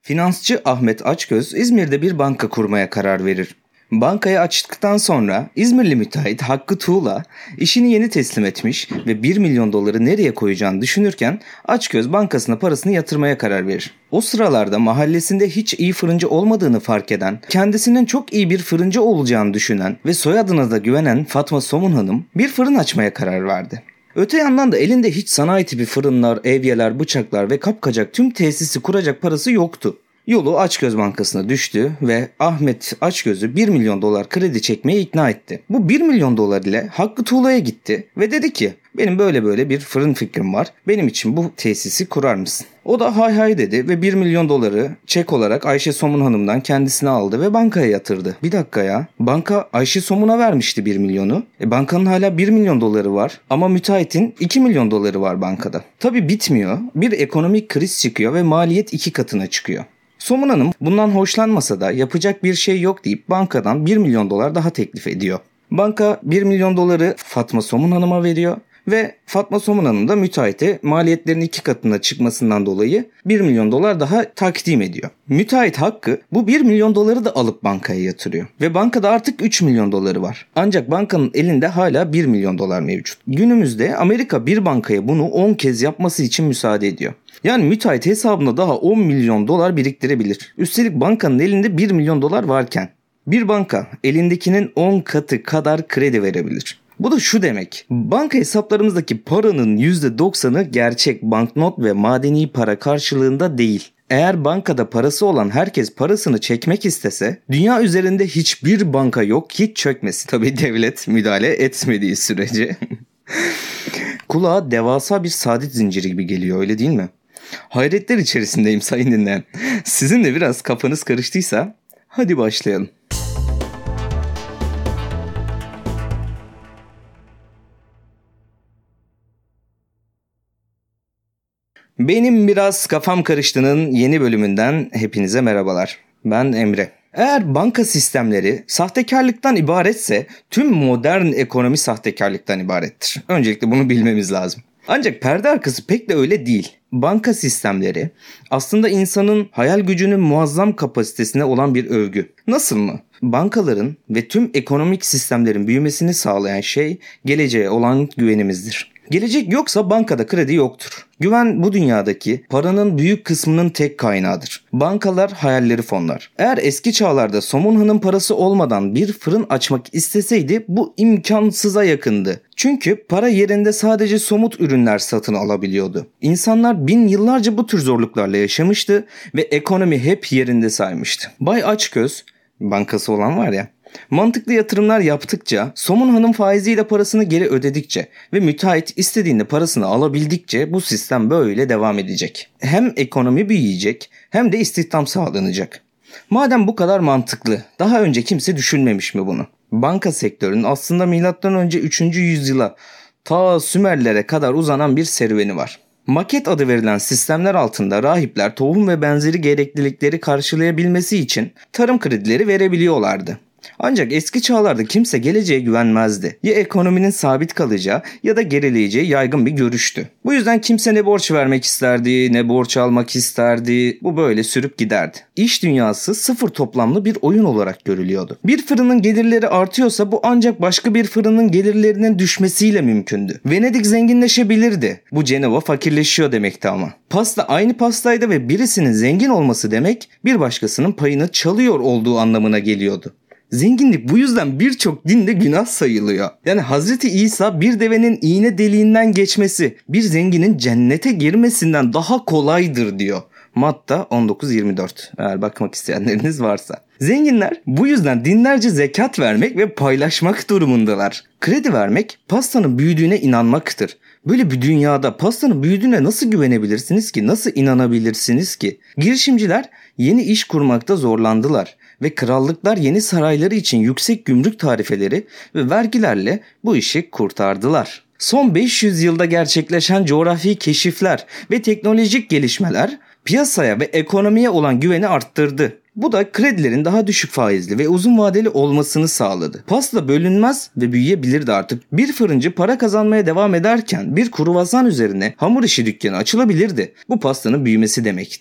Finansçı Ahmet Açgöz İzmir'de bir banka kurmaya karar verir. Bankayı açtıktan sonra İzmirli müteahhit Hakkı Tuğla işini yeni teslim etmiş ve 1 milyon doları nereye koyacağını düşünürken Açgöz bankasına parasını yatırmaya karar verir. O sıralarda mahallesinde hiç iyi fırıncı olmadığını fark eden, kendisinin çok iyi bir fırıncı olacağını düşünen ve soyadına da güvenen Fatma Somun Hanım bir fırın açmaya karar verdi. Öte yandan da elinde hiç sanayi tipi fırınlar, evyeler, bıçaklar ve kapkacak tüm tesisi kuracak parası yoktu. Yolu Açgöz Bankası'na düştü ve Ahmet Açgöz'ü 1 milyon dolar kredi çekmeye ikna etti. Bu 1 milyon dolar ile Hakkı Tuğla'ya gitti ve dedi ki benim böyle bir fırın fikrim var. Benim için bu tesisi kurar mısın? O da hay hay dedi ve 1 milyon doları çek olarak Ayşe Somun Hanım'dan kendisine aldı ve bankaya yatırdı. Bir dakika ya. Banka Ayşe Somun'a vermişti 1 milyonu. Bankanın hala 1 milyon doları var ama müteahhitin 2 milyon doları var bankada. Tabii bitmiyor. Bir ekonomik kriz çıkıyor ve maliyet 2 katına çıkıyor. Somun Hanım bundan hoşlanmasa da yapacak bir şey yok deyip bankadan 1 milyon dolar daha teklif ediyor. Banka 1 milyon doları Fatma Somun Hanım'a veriyor ve Fatma Somun Hanım da müteahhite maliyetlerin 2 katına çıkmasından dolayı 1 milyon dolar daha takdim ediyor. Müteahhit Hakkı bu 1 milyon doları da alıp bankaya yatırıyor ve bankada artık 3 milyon doları var. Ancak bankanın elinde hala 1 milyon dolar mevcut. Günümüzde Amerika bir bankaya bunu 10 kez yapması için müsaade ediyor. Yani müteahhit hesabına daha 10 milyon dolar biriktirebilir. Üstelik bankanın elinde 1 milyon dolar varken bir banka elindekinin 10 katı kadar kredi verebilir. Bu da şu demek: banka hesaplarımızdaki paranın %90'ı gerçek banknot ve madeni para karşılığında değil. Eğer bankada parası olan herkes parasını çekmek istese dünya üzerinde hiçbir banka yok ki çökmesin. Tabii devlet müdahale etmediği sürece. Kulağa devasa bir saadet zinciri gibi geliyor, öyle değil mi? Hayretler içerisindeyim sayın dinleyen. Sizin de biraz kafanız karıştıysa hadi başlayalım. Benim biraz kafam karıştığının yeni bölümünden hepinize merhabalar. Ben Emre. Eğer banka sistemleri sahtekarlıktan ibaretse tüm modern ekonomi sahtekarlıktan ibarettir. Öncelikle bunu bilmemiz lazım. Ancak perde arkası pek de öyle değil. Banka sistemleri aslında insanın hayal gücünün muazzam kapasitesine olan bir övgü. Nasıl mı? Bankaların ve tüm ekonomik sistemlerin büyümesini sağlayan şey geleceğe olan güvenimizdir. Gelecek yoksa bankada kredi yoktur. Güven bu dünyadaki paranın büyük kısmının tek kaynağıdır. Bankalar hayalleri fonlar. Eğer eski çağlarda Somun Hanım parası olmadan bir fırın açmak isteseydi bu imkansıza yakındı. Çünkü para yerinde sadece somut ürünler satın alabiliyordu. İnsanlar bin yıllarca bu tür zorluklarla yaşamıştı ve ekonomi hep yerinde saymıştı. Bay Açgöz, bankası olan var ya, mantıklı yatırımlar yaptıkça, Somun Hanım faiziyle parasını geri ödedikçe ve müteahhit istediğinde parasını alabildikçe bu sistem böyle devam edecek. Hem ekonomi büyüyecek hem de istihdam sağlanacak. Madem bu kadar mantıklı, daha önce kimse düşünmemiş mi bunu? Banka sektörünün aslında M.Ö. 3. yüzyıla ta Sümerlere kadar uzanan bir serüveni var. Maket adı verilen sistemler altında rahipler tohum ve benzeri gereklilikleri karşılayabilmesi için tarım kredileri verebiliyorlardı. Ancak eski çağlarda kimse geleceğe güvenmezdi. Ya ekonominin sabit kalacağı ya da gerileyeceği yaygın bir görüştü. Bu yüzden kimse ne borç vermek isterdi, ne borç almak isterdi. Bu böyle sürüp giderdi. İş dünyası sıfır toplamlı bir oyun olarak görülüyordu. Bir fırının gelirleri artıyorsa bu ancak başka bir fırının gelirlerinin düşmesiyle mümkündü. Venedik zenginleşebilirdi. Bu Cenova fakirleşiyor demekti ama. Pasta aynı pastaydı ve birisinin zengin olması demek bir başkasının payını çalıyor olduğu anlamına geliyordu. Zenginlik bu yüzden birçok dinde günah sayılıyor. Yani Hazreti İsa bir devenin iğne deliğinden geçmesi bir zenginin cennete girmesinden daha kolaydır diyor. Matta 19.24, eğer bakmak isteyenleriniz varsa. Zenginler bu yüzden dinlerce zekat vermek ve paylaşmak durumundalar. Kredi vermek pastanın büyüdüğüne inanmaktır. Böyle bir dünyada pastanın büyüdüğüne nasıl güvenebilirsiniz ki? Nasıl inanabilirsiniz ki? Girişimciler yeni iş kurmakta zorlandılar ve krallıklar yeni sarayları için yüksek gümrük tarifeleri ve vergilerle bu işi kurtardılar. Son 500 yılda gerçekleşen coğrafi keşifler ve teknolojik gelişmeler piyasaya ve ekonomiye olan güveni arttırdı. Bu da kredilerin daha düşük faizli ve uzun vadeli olmasını sağladı. Pasta bölünmez ve büyüyebilirdi artık. Bir fırıncı para kazanmaya devam ederken bir kruvasan üzerine hamur işi dükkanı açılabilirdi. Bu pastanın büyümesi demekti.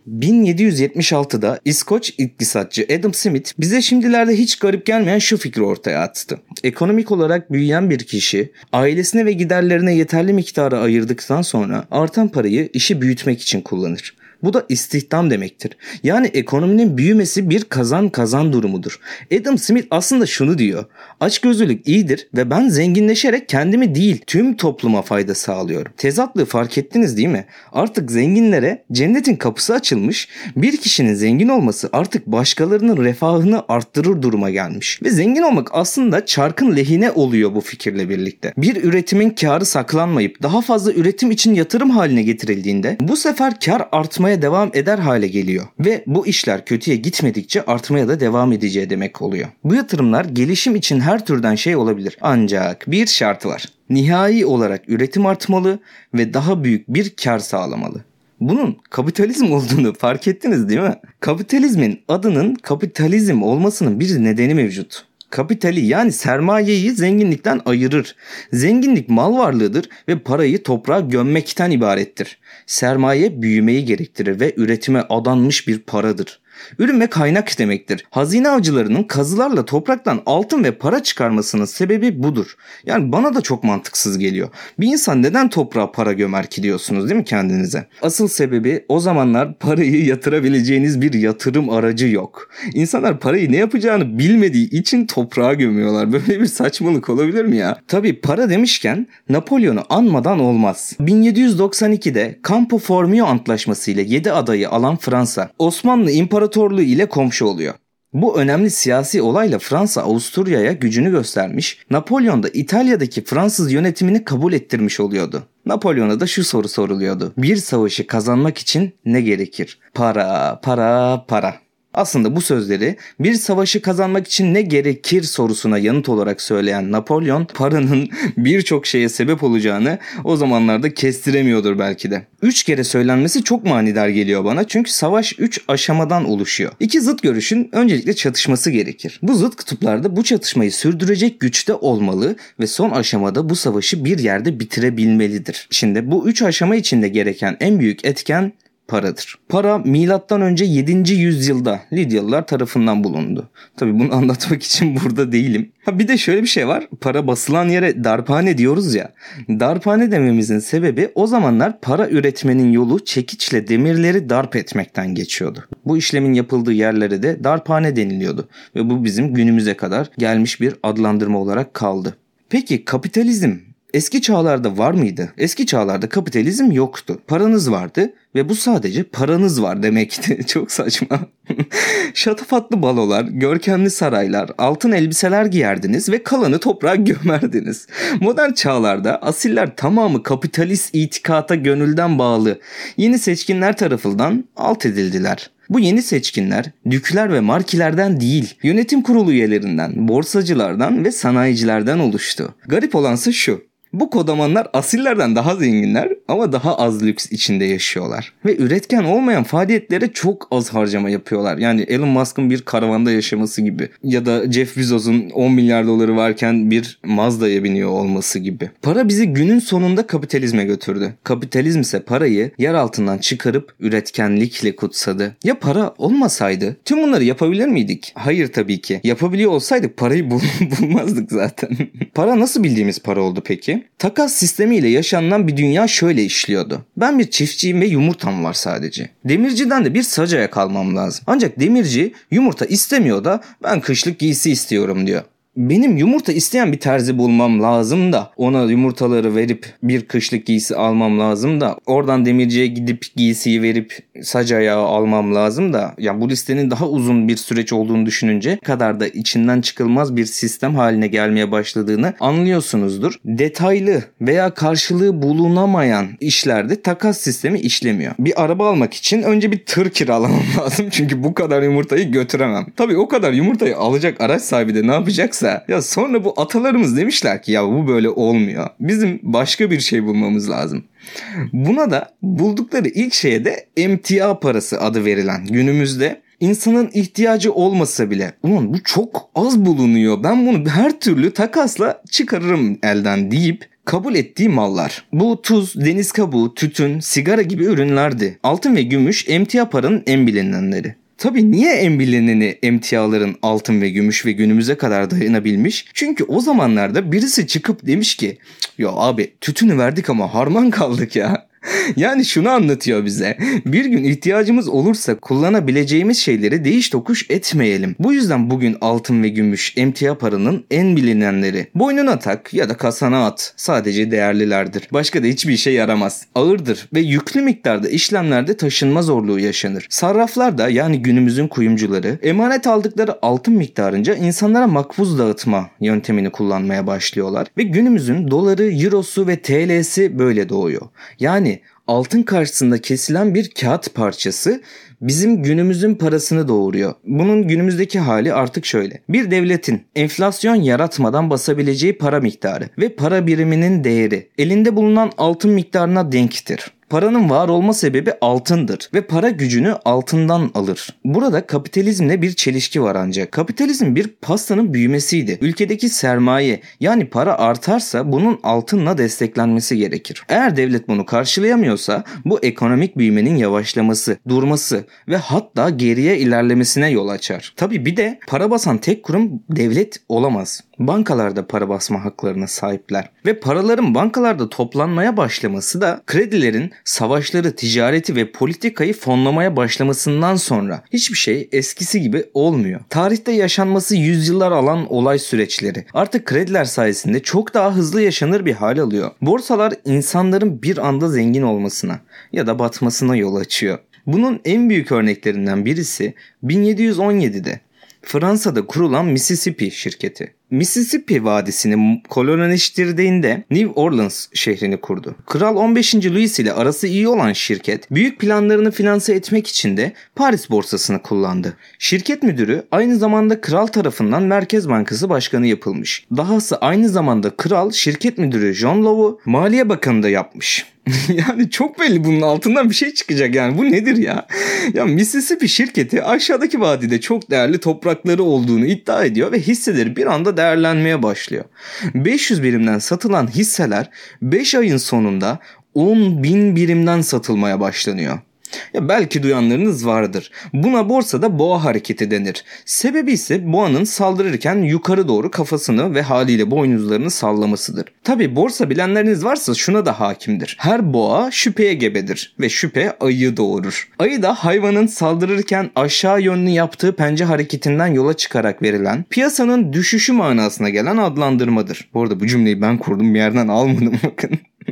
1776'da İskoç iktisatçı Adam Smith bize şimdilerde hiç garip gelmeyen şu fikri ortaya attı. Ekonomik olarak büyüyen bir kişi ailesine ve giderlerine yeterli miktarı ayırdıktan sonra artan parayı işi büyütmek için kullanır. Bu da istihdam demektir. Yani ekonominin büyümesi bir kazan kazan durumudur. Adam Smith aslında şunu diyor. Açgözlülük iyidir ve ben zenginleşerek kendimi değil tüm topluma fayda sağlıyorum. Tezatlığı fark ettiniz değil mi? Artık zenginlere cennetin kapısı açılmış, bir kişinin zengin olması artık başkalarının refahını arttırır duruma gelmiş. Ve zengin olmak aslında çarkın lehine oluyor bu fikirle birlikte. Bir üretimin karı saklanmayıp daha fazla üretim için yatırım haline getirildiğinde bu sefer kar artmaya devam eder hale geliyor. Ve bu işler kötüye gitmedikçe artmaya da devam edeceği demek oluyor. Bu yatırımlar gelişim için her türden şey olabilir. Ancak bir şartı var. Nihai olarak üretim artmalı ve daha büyük bir kar sağlamalı. Bunun kapitalizm olduğunu fark ettiniz değil mi? Kapitalizmin adının kapitalizm olmasının bir nedeni mevcut. Kapitali yani sermayeyi zenginlikten ayırır. Zenginlik mal varlığıdır ve parayı toprağa gömmekten ibarettir. Sermaye büyümeyi gerektirir ve üretime adanmış bir paradır. Ürün ve kaynak demektir. Hazine avcılarının kazılarla topraktan altın ve para çıkarmasının sebebi budur. Yani bana da çok mantıksız geliyor. Bir insan neden toprağa para gömer ki diyorsunuz değil mi kendinize? Asıl sebebi o zamanlar parayı yatırabileceğiniz bir yatırım aracı yok. İnsanlar parayı ne yapacağını bilmediği için toprağa gömüyorlar. Böyle bir saçmalık olabilir mi ya? Tabii para demişken Napolyon'u anmadan olmaz. 1792'de Campo Formio Antlaşması ile 7 adayı alan Fransa, Osmanlı İmparatorluğu ile komşu oluyor. Bu önemli siyasi olayla Fransa Avusturya'ya gücünü göstermiş, Napolyon da İtalya'daki Fransız yönetimini kabul ettirmiş oluyordu. Napolyon'a da şu soru soruluyordu. Bir savaşı kazanmak için ne gerekir? Para, para, para. Aslında bu sözleri bir savaşı kazanmak için ne gerekir sorusuna yanıt olarak söyleyen Napolyon paranın birçok şeye sebep olacağını o zamanlarda kestiremiyordur belki de. 3 kere söylenmesi çok manidar geliyor bana çünkü savaş 3 aşamadan oluşuyor. İki zıt görüşün öncelikle çatışması gerekir. Bu zıt kutuplarda bu çatışmayı sürdürecek güçte olmalı ve son aşamada bu savaşı bir yerde bitirebilmelidir. Şimdi bu 3 aşama içinde gereken en büyük etken paradır. Para milattan önce 7. yüzyılda Lidyalılar tarafından bulundu. Tabii bunu anlatmak için burada değilim. Bir de şöyle bir şey var. Para basılan yere darphane diyoruz ya. Darphane dememizin sebebi o zamanlar para üretmenin yolu çekiçle demirleri darp etmekten geçiyordu. Bu işlemin yapıldığı yerlere de darphane deniliyordu. Ve bu bizim günümüze kadar gelmiş bir adlandırma olarak kaldı. Peki kapitalizm eski çağlarda var mıydı? Eski çağlarda kapitalizm yoktu. Paranız vardı ve bu sadece paranız var demekti. Çok saçma. Şatafatlı balolar, görkemli saraylar, altın elbiseler giyerdiniz ve kalanı toprağa gömerdiniz. Modern çağlarda asiller tamamı kapitalist itikata gönülden bağlı yeni seçkinler tarafından alt edildiler. Bu yeni seçkinler dükler ve markilerden değil, yönetim kurulu üyelerinden, borsacılardan ve sanayicilerden oluştu. Garip olansa şu. Bu kodamanlar asillerden daha zenginler ama daha az lüks içinde yaşıyorlar. Ve üretken olmayan faaliyetlere çok az harcama yapıyorlar. Yani Elon Musk'ın bir karavanda yaşaması gibi. Ya da Jeff Bezos'un 10 milyar doları varken bir Mazda'ya biniyor olması gibi. Para bizi günün sonunda kapitalizme götürdü. Kapitalizm ise parayı yer altından çıkarıp üretkenlikle kutsadı. Ya para olmasaydı tüm bunları yapabilir miydik? Hayır tabii ki. Yapabiliyor olsaydık parayı bulmazdık zaten. Para nasıl bildiğimiz para oldu peki? Takas sistemiyle yaşanılan bir dünya şöyle işliyordu. Ben bir çiftçiyim ve yumurtam var sadece. Demirciden de bir sacaya kalmam lazım. Ancak demirci yumurta istemiyor da ben kışlık giysi istiyorum diyor. Benim yumurta isteyen bir terzi bulmam lazım da ona yumurtaları verip bir kışlık giysi almam lazım da oradan demirciye gidip giysiyi verip sac ayağı almam lazım da ya bu listenin daha uzun bir süreç olduğunu düşününce kadar da içinden çıkılmaz bir sistem haline gelmeye başladığını anlıyorsunuzdur. Detaylı veya karşılığı bulunamayan işlerde takas sistemi işlemiyor. Bir araba almak için önce bir tır kiralamam lazım çünkü bu kadar yumurtayı götüremem. Tabii o kadar yumurtayı alacak araç sahibi de ne yapacaksa ya sonra bu atalarımız demişler ki ya bu böyle olmuyor. Bizim başka bir şey bulmamız lazım. Buna da buldukları ilk şeye de emtia parası adı verilen günümüzde insanın ihtiyacı olmasa bile bu çok az bulunuyor. Ben bunu her türlü takasla çıkarırım elden deyip kabul ettiği mallar. Bu tuz, deniz kabuğu, tütün, sigara gibi ürünlerdi. Altın ve gümüş emtia paranın en bilinenleri. Tabii niye en bilineni emtiaların altın ve gümüş ve günümüze kadar dayanabilmiş? Çünkü o zamanlarda birisi çıkıp demiş ki ya abi tütünü verdik ama harman kaldık ya. Yani şunu anlatıyor bize. Bir gün ihtiyacımız olursa kullanabileceğimiz şeyleri değiş tokuş etmeyelim. Bu yüzden bugün altın ve gümüş emtia paranın en bilinenleri. Boynuna tak ya da kasana at. Sadece değerlilerdir. Başka da hiçbir işe yaramaz. Ağırdır ve yüklü miktarda işlemlerde taşınma zorluğu yaşanır. Sarraflar da yani günümüzün kuyumcuları emanet aldıkları altın miktarınca insanlara makbuz dağıtma yöntemini kullanmaya başlıyorlar. Ve günümüzün doları, eurosu ve TL'si böyle doğuyor. Yani altın karşısında kesilen bir kağıt parçası bizim günümüzün parasını doğuruyor. Bunun günümüzdeki hali artık şöyle. Bir devletin enflasyon yaratmadan basabileceği para miktarı ve para biriminin değeri elinde bulunan altın miktarına denktir. Paranın var olma sebebi altındır ve para gücünü altından alır. Burada kapitalizmle bir çelişki var ancak. Kapitalizm bir pastanın büyümesiydi. Ülkedeki sermaye yani para artarsa bunun altınla desteklenmesi gerekir. Eğer devlet bunu karşılayamıyorsa bu ekonomik büyümenin yavaşlaması, durması ve hatta geriye ilerlemesine yol açar. Tabii bir de para basan tek kurum devlet olamaz. Bankalar da para basma haklarına sahipler. Ve paraların bankalarda toplanmaya başlaması da kredilerin savaşları, ticareti ve politikayı fonlamaya başlamasından sonra hiçbir şey eskisi gibi olmuyor. Tarihte yaşanması yüzyıllar alan olay süreçleri artık krediler sayesinde çok daha hızlı yaşanır bir hal alıyor. Borsalar insanların bir anda zengin olmasına ya da batmasına yol açıyor. Bunun en büyük örneklerinden birisi 1717'de Fransa'da kurulan Mississippi şirketi. Mississippi Vadisi'ni kolonileştirdiğinde New Orleans şehrini kurdu. Kral 15. Louis ile arası iyi olan şirket büyük planlarını finanse etmek için de Paris borsasını kullandı. Şirket müdürü aynı zamanda kral tarafından Merkez Bankası Başkanı yapılmış. Dahası aynı zamanda kral şirket müdürü John Low'u Maliye Bakanı da yapmış. Yani çok belli bunun altından bir şey çıkacak yani. Bu nedir ya? Ya Mississippi şirketi aşağıdaki vadide çok değerli toprakları olduğunu iddia ediyor ve hisseleri bir anda değerlenmeye başlıyor. 500 birimden satılan hisseler 5 ayın sonunda 10.000 birimden satılmaya başlanıyor. Ya belki duyanlarınız vardır. Buna borsada boğa hareketi denir. Sebebi ise boğanın saldırırken yukarı doğru kafasını ve haliyle boynuzlarını sallamasıdır. Tabi borsa bilenleriniz varsa şuna da hakimdir. Her boğa şüpheye gebedir ve şüphe ayı doğurur. Ayı da hayvanın saldırırken aşağı yönlü yaptığı pençe hareketinden yola çıkarak verilen piyasanın düşüşü manasına gelen adlandırmadır. Bu arada bu cümleyi ben kurdum, bir yerden almadım bakın.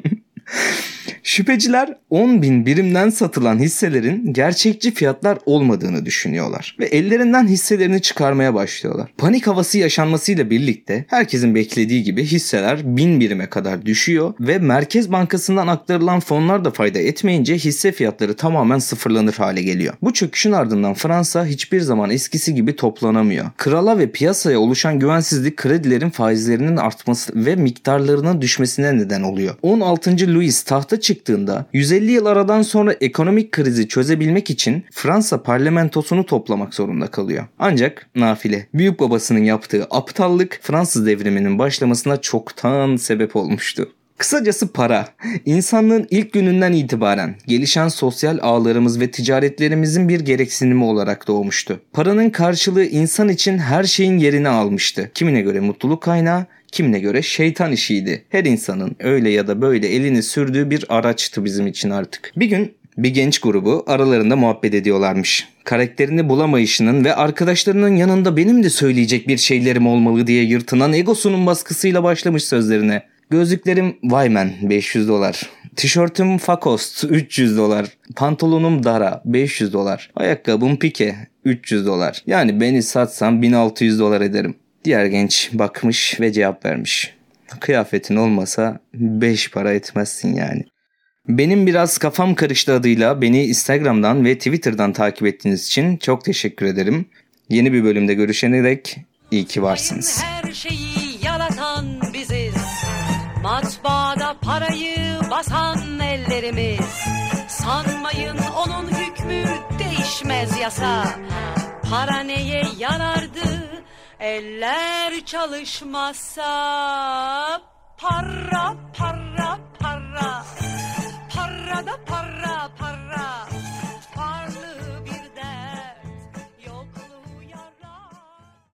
Şüpheciler 10.000 birimden satılan hisselerin gerçekçi fiyatlar olmadığını düşünüyorlar ve ellerinden hisselerini çıkarmaya başlıyorlar. Panik havası yaşanmasıyla birlikte herkesin beklediği gibi hisseler 1000 birime kadar düşüyor ve Merkez Bankası'ndan aktarılan fonlar da fayda etmeyince hisse fiyatları tamamen sıfırlanır hale geliyor. Bu çöküşün ardından Fransa hiçbir zaman eskisi gibi toplanamıyor. Krala ve piyasaya oluşan güvensizlik kredilerin faizlerinin artması ve miktarlarının düşmesine neden oluyor. 16. Louis tahta çıktığında 150 yıl aradan sonra ekonomik krizi çözebilmek için Fransa parlamentosunu toplamak zorunda kalıyor. Ancak nafile büyük babasının yaptığı aptallık Fransız devriminin başlamasına çoktan sebep olmuştu. Kısacası para, insanlığın ilk gününden itibaren gelişen sosyal ağlarımız ve ticaretlerimizin bir gereksinimi olarak doğmuştu. Paranın karşılığı insan için her şeyin yerini almıştı. Kimine göre mutluluk kaynağı, kimine göre şeytan işiydi. Her insanın öyle ya da böyle elini sürdüğü bir araçtı bizim için artık. Bir gün bir genç grubu aralarında muhabbet ediyorlarmış. Karakterini bulamayışının ve arkadaşlarının yanında benim de söyleyecek bir şeylerim olmalı diye yırtınan egosunun baskısıyla başlamış sözlerine. Gözlüklerim Wyman $500. Tişörtüm Fakost $300. Pantolonum Dara $500. Ayakkabım Pike $300. Yani beni satsam $1600 ederim. Diğer genç bakmış ve cevap vermiş. Kıyafetin olmasa 5 para etmezsin yani. Benim biraz kafam karıştı adıyla beni Instagram'dan ve Twitter'dan takip ettiğiniz için çok teşekkür ederim. Yeni bir bölümde görüşene dek iyi ki varsınız. Her şeyi yaratan biziz. Matbaada parayı basan ellerimiz. Sanmayın onun hükmü değişmez yasa. Para neye yarardı eller çalışmazsa? para, para, para. Para da para.